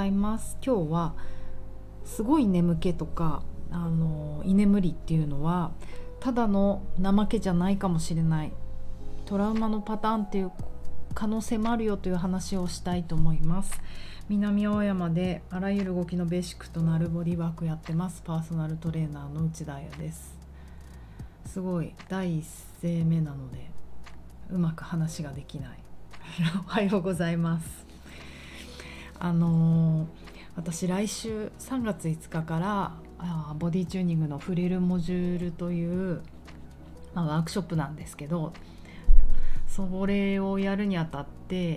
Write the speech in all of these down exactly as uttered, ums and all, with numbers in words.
ざいます。今日はすごい眠気とかあの居眠りっていうのはただの怠けじゃないかもしれない、トラウマのパターンっていう可能性もあるよという話をしたいと思います。南青山であらゆる動きのベーシックとなるボディワークやってます。パーソナルトレーナーの内田彩です。すごい第一声目なのでうまく話ができないおはようございます。あのー、私来週さんがついつかからあボディチューニングの触れるモジュールという、まあ、ワークショップなんですけど、それをやるにあたって、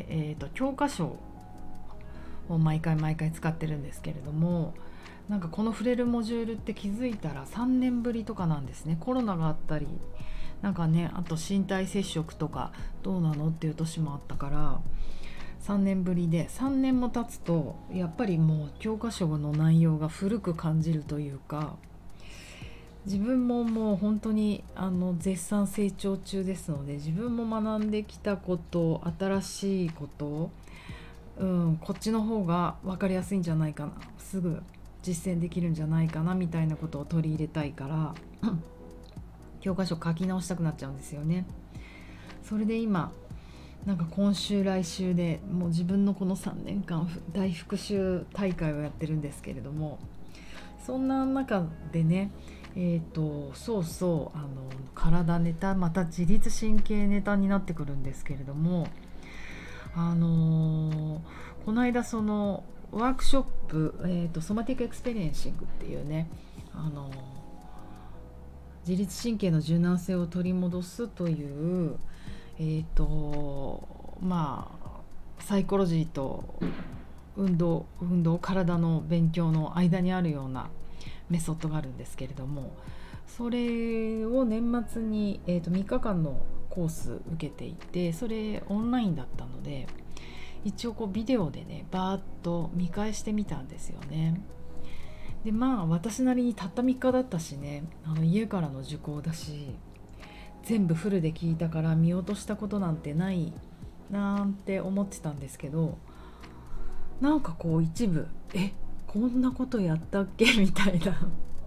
えーと、教科書を毎回毎回使ってるんですけれども、なんかこの触れるモジュールって気づいたらさんねんぶりとかなんですね。コロナがあったりなんかね、あと身体接触とかどうなのっていう年もあったからさんねんぶりで、さんねんも経つとやっぱりもう教科書の内容が古く感じるというか、自分ももう本当にあの絶賛成長中ですので、自分も学んできたこと、新しいこと、うん、こっちの方が分かりやすいんじゃないかな、すぐ実践できるんじゃないかなみたいなことを取り入れたいから教科書書き直したくなっちゃうんですよね。それで今なんか今週来週でもう自分のこのさんねんかん大復習大会をやってるんですけれども、そんな中でね、えーとそうそうあの体ネタ、また自律神経ネタになってくるんですけれども、あのー、この間そのワークショップ、えーとソマティックエクスペリエンシングっていうね、あのー、自律神経の柔軟性を取り戻すというえーとまあサイコロジーと運動運動体の勉強の間にあるようなメソッドがあるんですけれども、それを年末に、えーとみっかかんのコース受けていて、それオンラインだったので一応こうビデオでねバーッと見返してみたんですよね。でまあ私なりにたったみっかだったしね、あの家からの受講だし全部フルで聞いたから見落としたことなんてないなんて思ってたんですけど、なんかこう一部えこんなことやったっけみたいな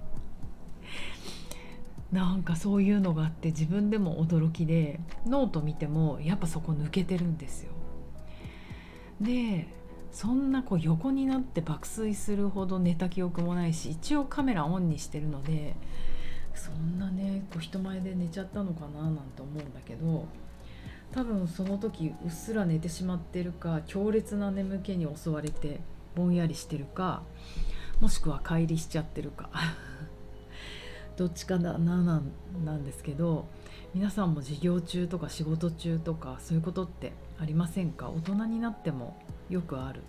なんかそういうのがあって、自分でも驚きで、ノート見てもやっぱそこ抜けてるんですよ。でそんなこう横になって爆睡するほど寝た記憶もないし、一応カメラオンにしてるのでそんなねこう人前で寝ちゃったのかななんて思うんだけど、多分その時うっすら寝てしまってるか、強烈な眠気に襲われてぼんやりしてるか、もしくは乖離しちゃってるかどっちかだななんなんですけど、皆さんも授業中とか仕事中とかそういうことってありませんか？大人になってもよくある。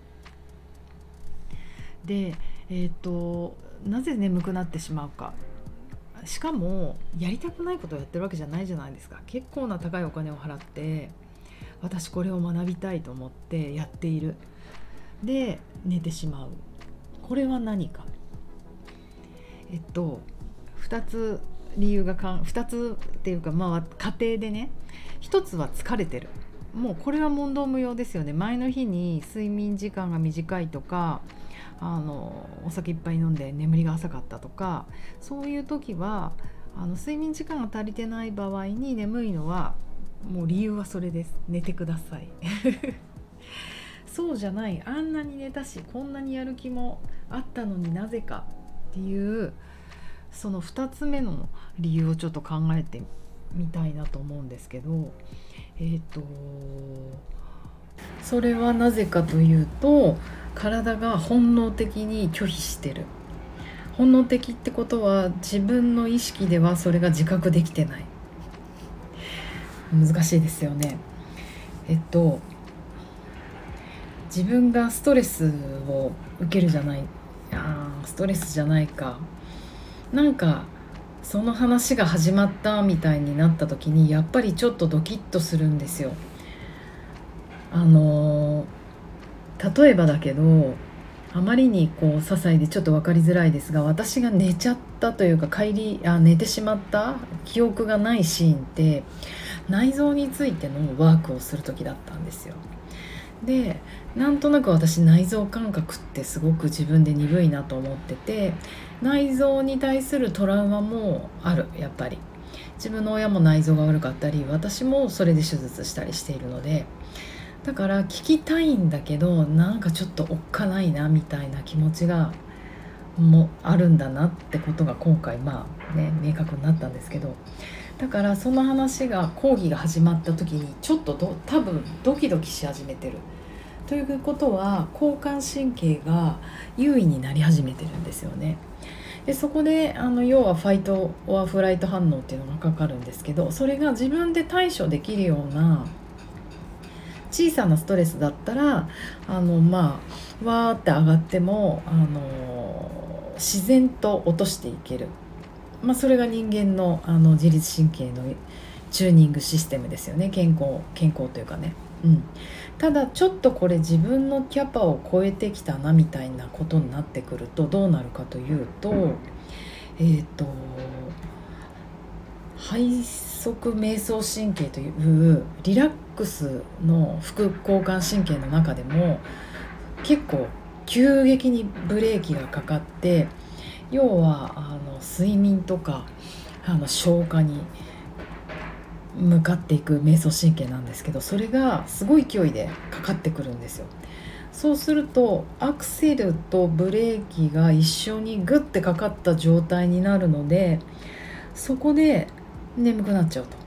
で、えーと、なぜ眠くなってしまうか、しかもやりたくないことをやってるわけじゃないじゃないですか。結構な高いお金を払って私これを学びたいと思ってやっている。で寝てしまう。これは何か。えっとふたつ理由がかんふたつっていうか、まあ家庭でね、ひとつは疲れてる。もうこれは問答無用ですよね。前の日に睡眠時間が短いとか、あのお酒いっぱい飲んで眠りが浅かったとか、そういう時はあの睡眠時間が足りてない場合に眠いのはもう理由はそれです。寝てくださいそうじゃない、あんなに寝たしこんなにやる気もあったのになぜかっていう、そのふたつめの理由をちょっと考えてみたいなと思うんですけど、えーとそれはなぜかというと、体が本能的に拒否してる。本能的ってことは自分の意識ではそれが自覚できてない。難しいですよね。えっと自分がストレスを受けるじゃない、あストレスじゃないか、なんかその話が始まったみたいになった時にやっぱりちょっとドキッとするんですよ。あの例えばだけど、あまりにこう些細でちょっと分かりづらいですが、私が寝ちゃったというか帰りあ寝てしまった記憶がないシーンって内臓についてのワークをする時だったんですよ。 でなんとなく私内臓感覚ってすごく自分で鈍いなと思ってて、内臓に対するトラウマもある。やっぱり自分の親も内臓が悪かったり、私もそれで手術したりしているので、だから聞きたいんだけどなんかちょっとおっかないなみたいな気持ちがもあるんだなってことが今回まあね明確になったんですけど、だからその話が講義が始まった時にちょっとど多分ドキドキし始めてるということは、交感神経が優位になり始めてるんですよね。でそこであの要はファイト・オア・フライト反応っていうのがかかるんですけど、それが自分で対処できるような小さなストレスだったらあのまあわーって上がってもあの自然と落としていける、まあ、それが人間の、あの自律神経のチューニングシステムですよね。健康健康というかね、うん、ただちょっとこれ自分のキャパを超えてきたなみたいなことになってくるとどうなるかというと、えっ、と背側瞑想神経というリラックスの副交感神経の中でも結構急激にブレーキがかかって、要はあの睡眠とかあの消化に向かっていく瞑想神経なんですけど、それがすごい勢いでかかってくるんですよ。そうするとアクセルとブレーキが一緒にグッてかかった状態になるので、そこで眠くなっちゃうと。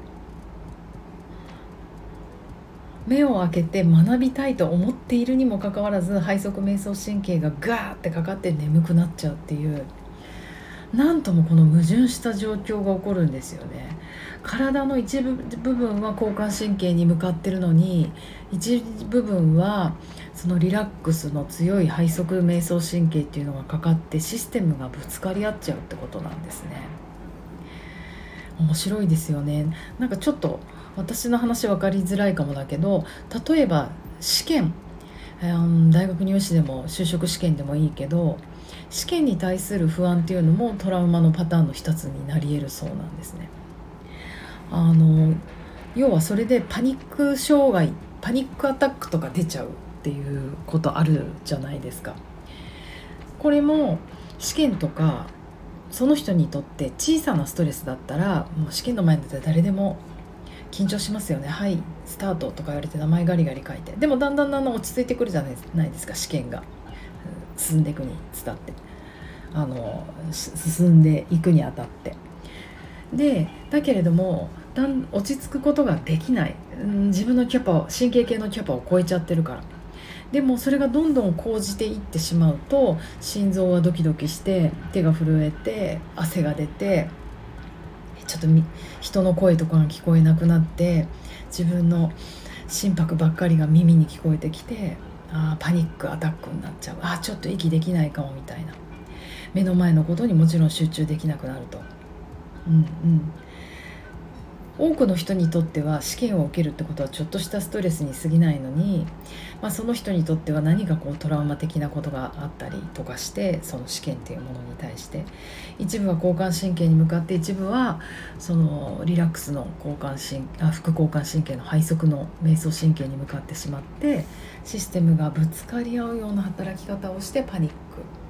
目を開けて学びたいと思っているにもかかわらず背側瞑想神経がガーってかかって眠くなっちゃうっていう、なんともこの矛盾した状況が起こるんですよね。体の一部部分は交感神経に向かってるのに、一部分はそのリラックスの強い背側瞑想神経っていうのがかかってシステムがぶつかり合っちゃうってことなんですね。面白いですよね。なんかちょっと私の話分かりづらいかもだけど、例えば試験、大学入試でも就職試験でもいいけど、試験に対する不安っていうのもトラウマのパターンの一つになり得るそうなんですね。あの要はそれでパニック障害、パニックアタックとか出ちゃうっていうことあるじゃないですか。これも試験とかその人にとって小さなストレスだったら、もう試験の前だったら誰でも緊張しますよね。はいスタートとか言われて名前ガリガリ書いて、でもだんだんだんだん落ち着いてくるじゃないですか。試験が進んでいくに伝ってあの進んでいくにあたって、でだけれどもだん落ち着くことができない、うん、自分のキャパを神経系のキャパを超えちゃってるから。でもそれがどんどん講じていってしまうと、心臓はドキドキして手が震えて汗が出て、ちょっと人の声とかが聞こえなくなって、自分の心拍ばっかりが耳に聞こえてきて、あパニックアタックになっちゃう、あちょっと息できないかもみたいな、目の前のことにもちろん集中できなくなると、うんうん、多くの人にとっては試験を受けるってことはちょっとしたストレスに過ぎないのに、まあ、その人にとっては何かこうトラウマ的なことがあったりとかして、その試験っていうものに対して一部は交感神経に向かって、一部はそのリラックスの交感神あ副交感神経の背側の瞑想神経に向かってしまって、システムがぶつかり合うような働き方をしてパニック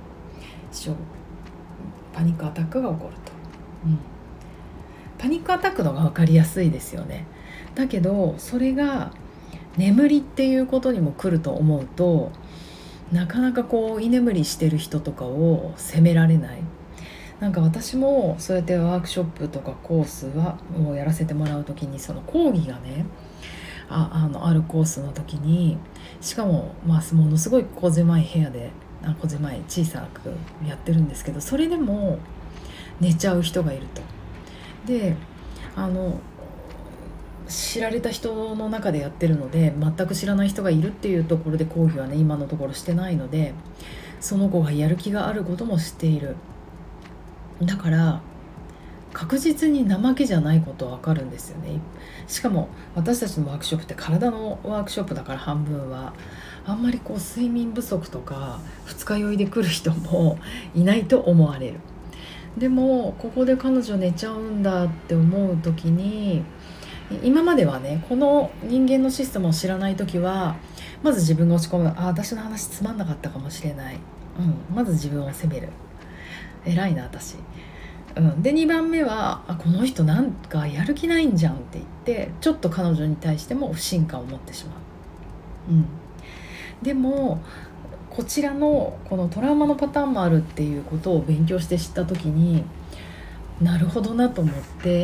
パニックアタックが起こると、うんパニックアタックの方が分かりやすいですよね。だけどそれが眠りっていうことにも来ると思うと、なかなかこう居眠りしてる人とかを責められない。なんか私もそうやってワークショップとかコースはをやらせてもらう時に、その講義がね あ, あ, のあるコースの時に、しかも、まあ、ものすごい小狭い部屋であ小狭い小さくやってるんですけど、それでも寝ちゃう人がいると。であの知られた人の中でやってるので、全く知らない人がいるっていうところで講義はね今のところしてないので、その子がやる気があることも知っている。だから確実に怠けじゃないことは分かるんですよね。しかも私たちのワークショップって体のワークショップだから、半分はあんまりこう睡眠不足とか二日酔いで来る人もいないと思われる。でもここで彼女寝ちゃうんだって思う時に、今まではねこの人間のシステムを知らない時はまず自分が落ち込む。あ、私の話つまんなかったかもしれない、うん、まず自分を責める。偉いな私、うん、でにばんめはあこの人なんかやる気ないんじゃんって言ってちょっと彼女に対しても不信感を持ってしまう、うん、でもこちらのこのトラウマのパターンもあるっていうことを勉強して知った時になるほどなと思って、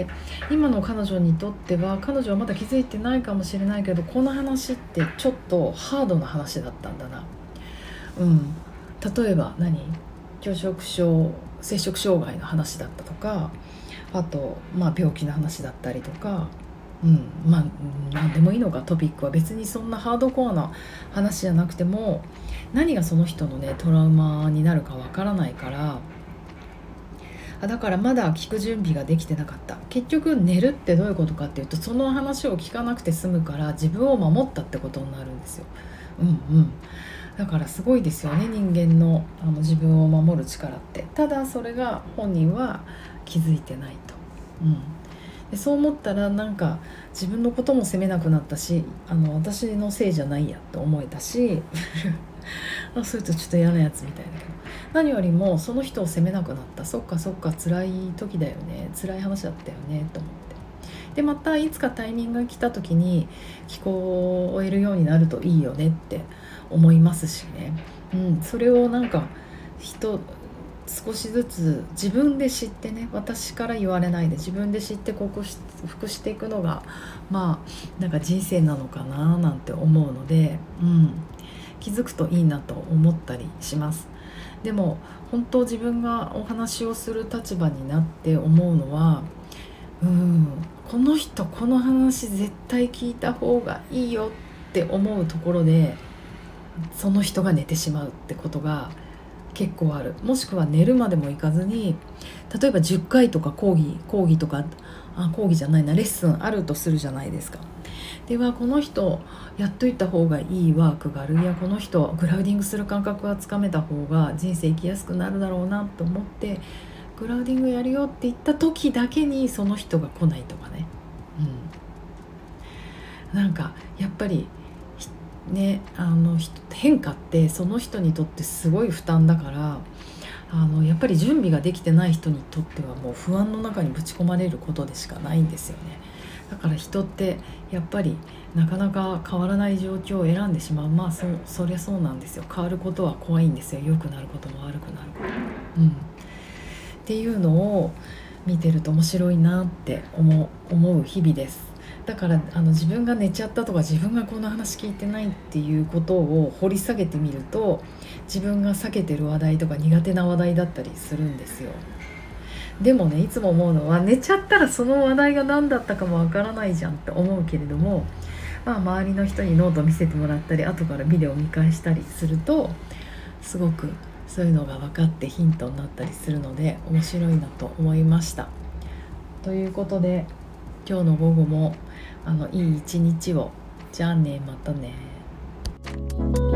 今の彼女にとっては彼女はまだ気づいてないかもしれないけどこの話ってちょっとハードな話だったんだな、うん、例えば何拒食症摂食障害の話だったとか、あと、まあ、病気の話だったりとか、うん、まあ何でもいいのか。トピックは別にそんなハードコアな話じゃなくても何がその人のねトラウマになるかわからないから、あだからまだ聞く準備ができてなかった。結局寝るってどういうことかっていうとその話を聞かなくて済むから自分を守ったってことになるんですよ。うんうんだからすごいですよね、人間の、あの自分を守る力って。ただそれが本人は気づいてないと、うん、でそう思ったらなんか自分のことも責めなくなったし、あの私のせいじゃないやって思えたしあそういうとちょっと嫌なやつみたいだけど、何よりもその人を責めなくなった。そっかそっか辛い時だよね、辛い話だったよねと思って、でまたいつかタイミングが来た時に聞こえるようになるといいよねって思いますしね、うん、それをなんか人少しずつ自分で知ってね、私から言われないで自分で知って克服していくのがまあなんか人生なのかななんて思うので、うん、気づくといいなと思ったりします。でも本当自分がお話をする立場になって思うのは、うんこの人この話絶対聞いた方がいいよって思うところでその人が寝てしまうってことが結構ある。もしくは寝るまでもいかずに、例えばじゅっかいとか講義講義とかあ講義じゃないなレッスンあるとするじゃないですか。ではこの人やっといた方がいいワークがある、いやこの人グラウディングする感覚がつかめた方が人生生きやすくなるだろうなと思ってグラウディングやるよって言った時だけにその人が来ないとかね、うん、なんかやっぱりね、あの変化ってその人にとってすごい負担だから、あのやっぱり準備ができてない人にとってはもう不安の中にぶち込まれることでしかないんですよね。だから人ってやっぱりなかなか変わらない状況を選んでしまう。まあ そ, そりゃそうなんですよ。変わることは怖いんですよ。良くなることも悪くなること、うん、っていうのを見てると面白いなって思う、思う日々です。だからあの自分が寝ちゃったとか自分がこの話聞いてないっていうことを掘り下げてみると自分が避けてる話題とか苦手な話題だったりするんですよ。でもねいつも思うのは寝ちゃったらその話題が何だったかもわからないじゃんって思うけれども、まあ、周りの人にノート見せてもらったり後からビデオ見返したりするとすごくそういうのが分かってヒントになったりするので面白いなと思いました。ということで今日の午後もあのいい一日を。じゃあね、またね。